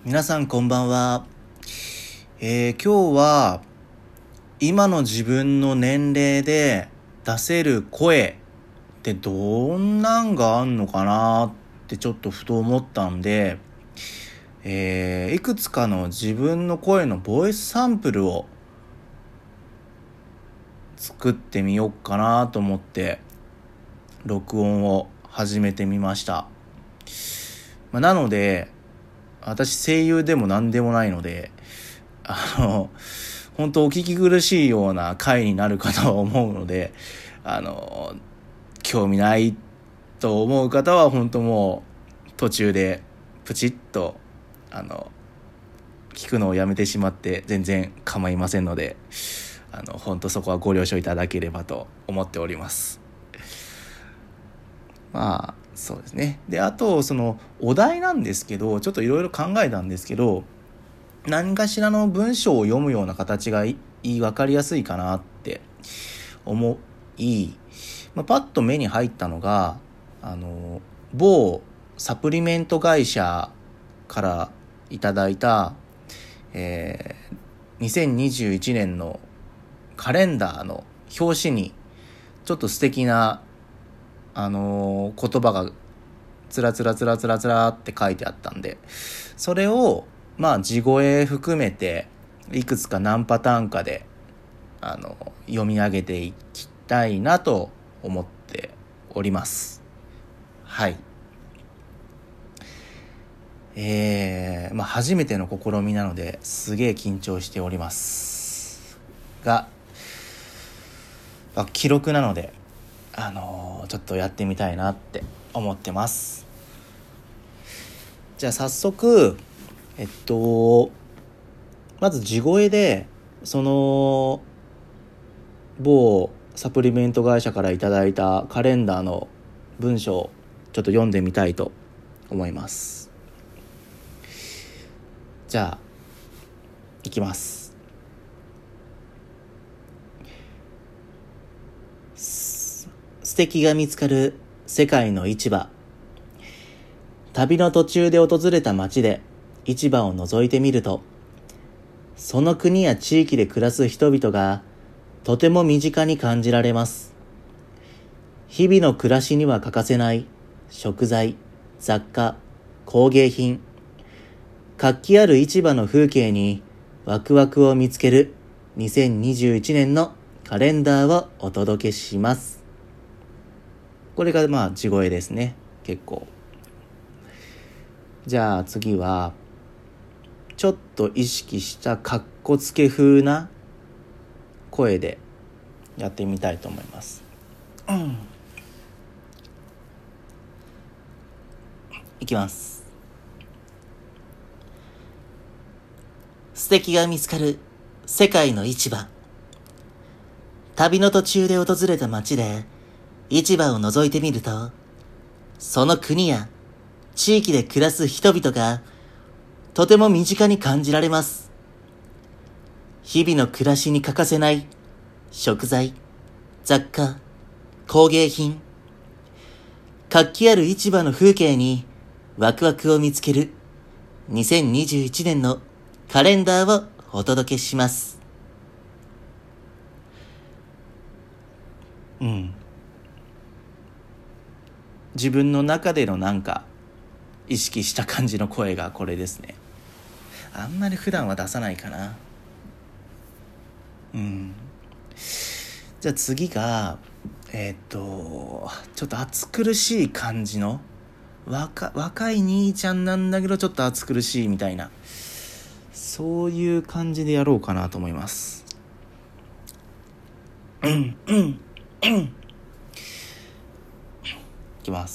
皆さんこんばんは。今日は今の自分の年齢で出せる声ってどんなんがあんのかなってちょっとふと思ったんで、いくつかの自分の声のボイスサンプルを作ってみようかなと思って録音を始めてみました。なので私声優でも何でもないので本当お聞き苦しいような回になるかと思うので興味ないと思う方は本当もう途中でプチッと聞くのをやめてしまって全然構いませんので本当そこはご了承いただければと思っております。そうですね。で、あとそのお題なんですけど、ちょっといろいろ考えたんですけど、何かしらの文章を読むような形が分かりやすいかなって思い、パッと目に入ったのが某サプリメント会社からいただいた、2021年のカレンダーの表紙にちょっと素敵な言葉がつらって書いてあったんで、それを地声含めていくつか何パターンかで読み上げていきたいなと思っております。はい。初めての試みなのですげえ緊張しておりますが、記録なのでちょっとやってみたいなって思ってます。じゃあ早速まず地声でその某サプリメント会社からいただいたカレンダーの文章をちょっと読んでみたいと思います。じゃあいきます。素敵が見つかる世界の市場。旅の途中で訪れた町で市場を覗いてみると、その国や地域で暮らす人々がとても身近に感じられます。日々の暮らしには欠かせない食材、雑貨、工芸品、活気ある市場の風景にワクワクを見つける2021年のカレンダーをお届けします。これが地声ですね。結構。じゃあ次はちょっと意識したかっこつけ風な声でやってみたいと思います。いきます。素敵が見つかる世界の市場。旅の途中で訪れた町で市場を覗いてみると、その国や地域で暮らす人々がとても身近に感じられます。日々の暮らしに欠かせない食材、雑貨、工芸品、活気ある市場の風景にワクワクを見つける2021年のカレンダーをお届けします。自分の中での意識した感じの声がこれですね。あんまり普段は出さないかな。じゃあ次がちょっと暑苦しい感じの若い兄ちゃんなんだけどちょっと暑苦しいみたいな、そういう感じでやろうかなと思います。いきます。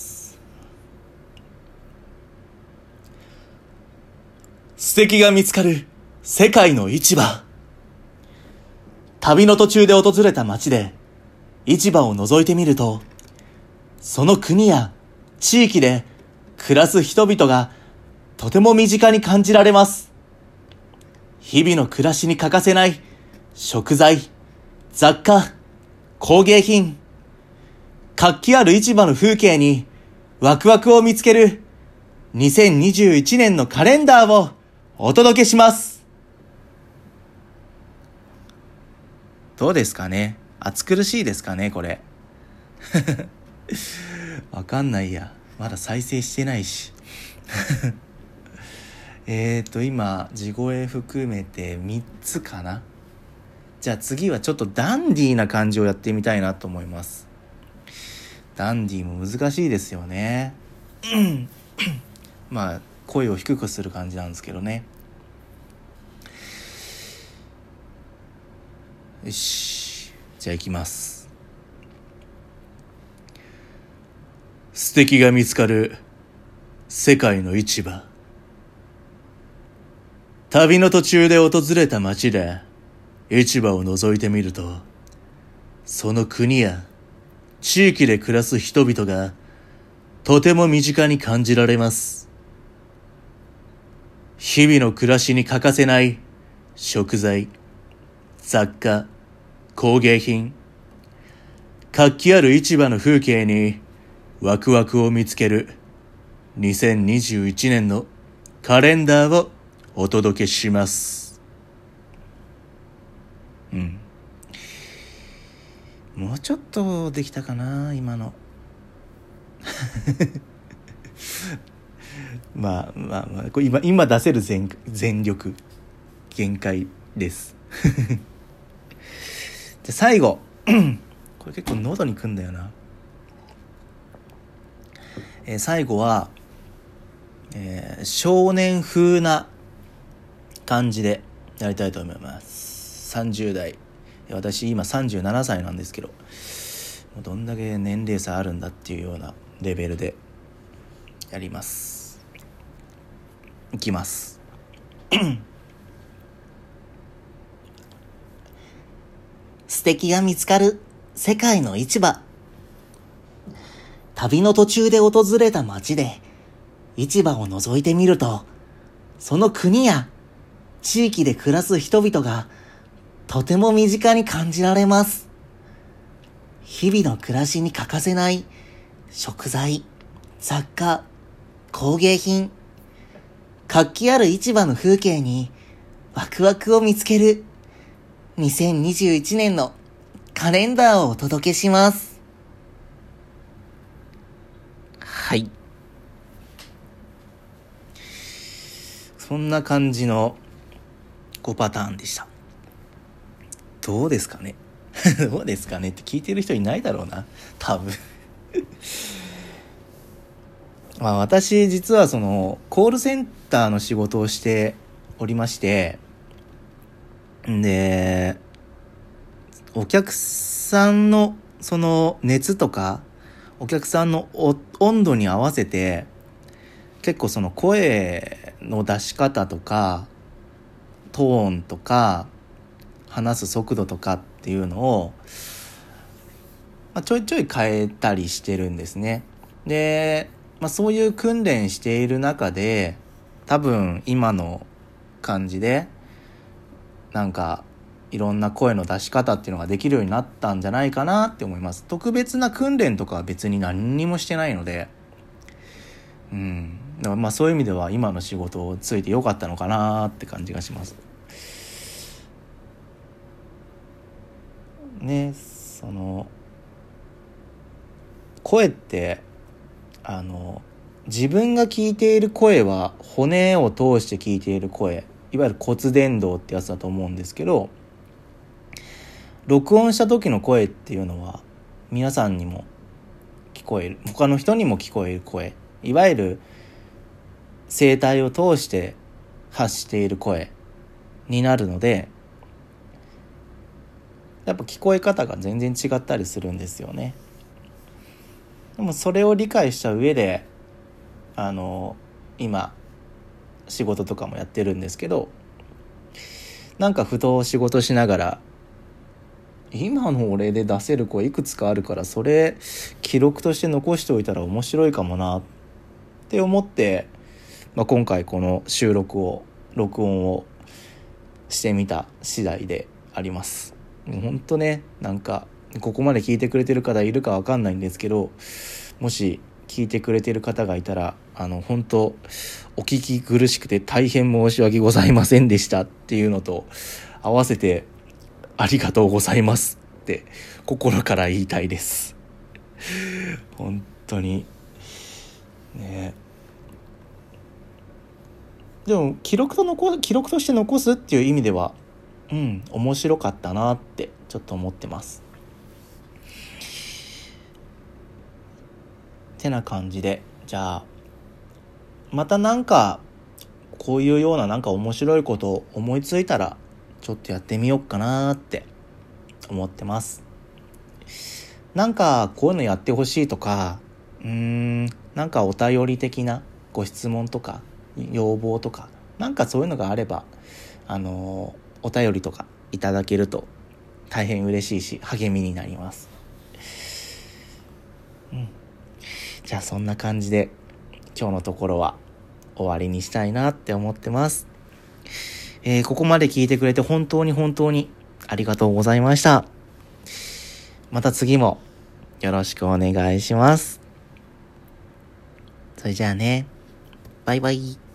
素敵が見つかる世界の市場。旅の途中で訪れた町で市場を覗いてみると、その国や地域で暮らす人々がとても身近に感じられます。日々の暮らしに欠かせない食材、雑貨、工芸品、活気ある市場の風景にワクワクを見つける2021年のカレンダーをお届けします。どうですかね。暑苦しいですかね、これ。わかんないや。まだ再生してないし。今、地声含めて3つかな。じゃあ次はちょっとダンディーな感じをやってみたいなと思います。ダンディーも難しいですよね。まあ、声を低くする感じなんですけどね。よし。じゃあ行きます。素敵が見つかる世界の市場。旅の途中で訪れた町で市場を覗いてみると、その国や地域で暮らす人々がとても身近に感じられます。日々の暮らしに欠かせない食材、雑貨、工芸品、活気ある市場の風景にワクワクを見つける2021年のカレンダーをお届けします。もうちょっとできたかな、今の。まあこれ今出せる全力限界です。で最後これ結構喉にくんだよな。最後は、少年風な感じでやりたいと思います。30代、私今37歳なんですけど、どんだけ年齢差あるんだっていうようなレベルでやります。いきます。素敵が見つかる世界の市場。旅の途中で訪れた町で市場を覗いてみると、その国や地域で暮らす人々がとても身近に感じられます。日々の暮らしに欠かせない食材、雑貨、工芸品、活気ある市場の風景にワクワクを見つける2021年のカレンダーをお届けします。はい。そんな感じの5パターンでした。どうですかねどうですかねって聞いてる人いないだろうな、多分。まあ私実はそのコールセンターの仕事をしておりまして、でお客さんのその熱とかお客さんの温度に合わせて結構その声の出し方とかトーンとか話す速度とかっていうのを、ちょいちょい変えたりしてるんですね。で、そういう訓練している中で多分今の感じでなんかいろんな声の出し方っていうのができるようになったんじゃないかなって思います。特別な訓練とかは別に何にもしてないので、だからそういう意味では今の仕事をついてよかったのかなって感じがしますね。その声って自分が聞いている声は骨を通して聞いている声、いわゆる骨伝導ってやつだと思うんですけど、録音した時の声っていうのは皆さんにも聞こえる、他の人にも聞こえる声、いわゆる声帯を通して発している声になるので、やっぱ聞こえ方が全然違ったりするんですよね。でもそれを理解した上で今仕事とかもやってるんですけど、なんかふと仕事しながら今の俺で出せる声いくつかあるから、それ記録として残しておいたら面白いかもなって思って、今回この録音をしてみた次第であります。本当ね、なんかここまで聞いてくれてる方いるかわかんないんですけど、もし聞いてくれてる方がいたら本当お聞き苦しくて大変申し訳ございませんでしたっていうのと合わせてありがとうございますって心から言いたいです。本当にね。でも記録として残すっていう意味では面白かったなってちょっと思ってます。てな感じで、じゃあまたなんかこういうようななんか面白いことを思いついたらちょっとやってみようかなって思ってます。なんかこういうのやってほしいとか、なんかお便り的なご質問とか要望とかなんかそういうのがあればお便りとかいただけると大変嬉しいし励みになります。じゃあそんな感じで今日のところは終わりにしたいなって思ってます。ここまで聞いてくれて本当に本当にありがとうございました。また次もよろしくお願いします。それじゃあね、バイバイ。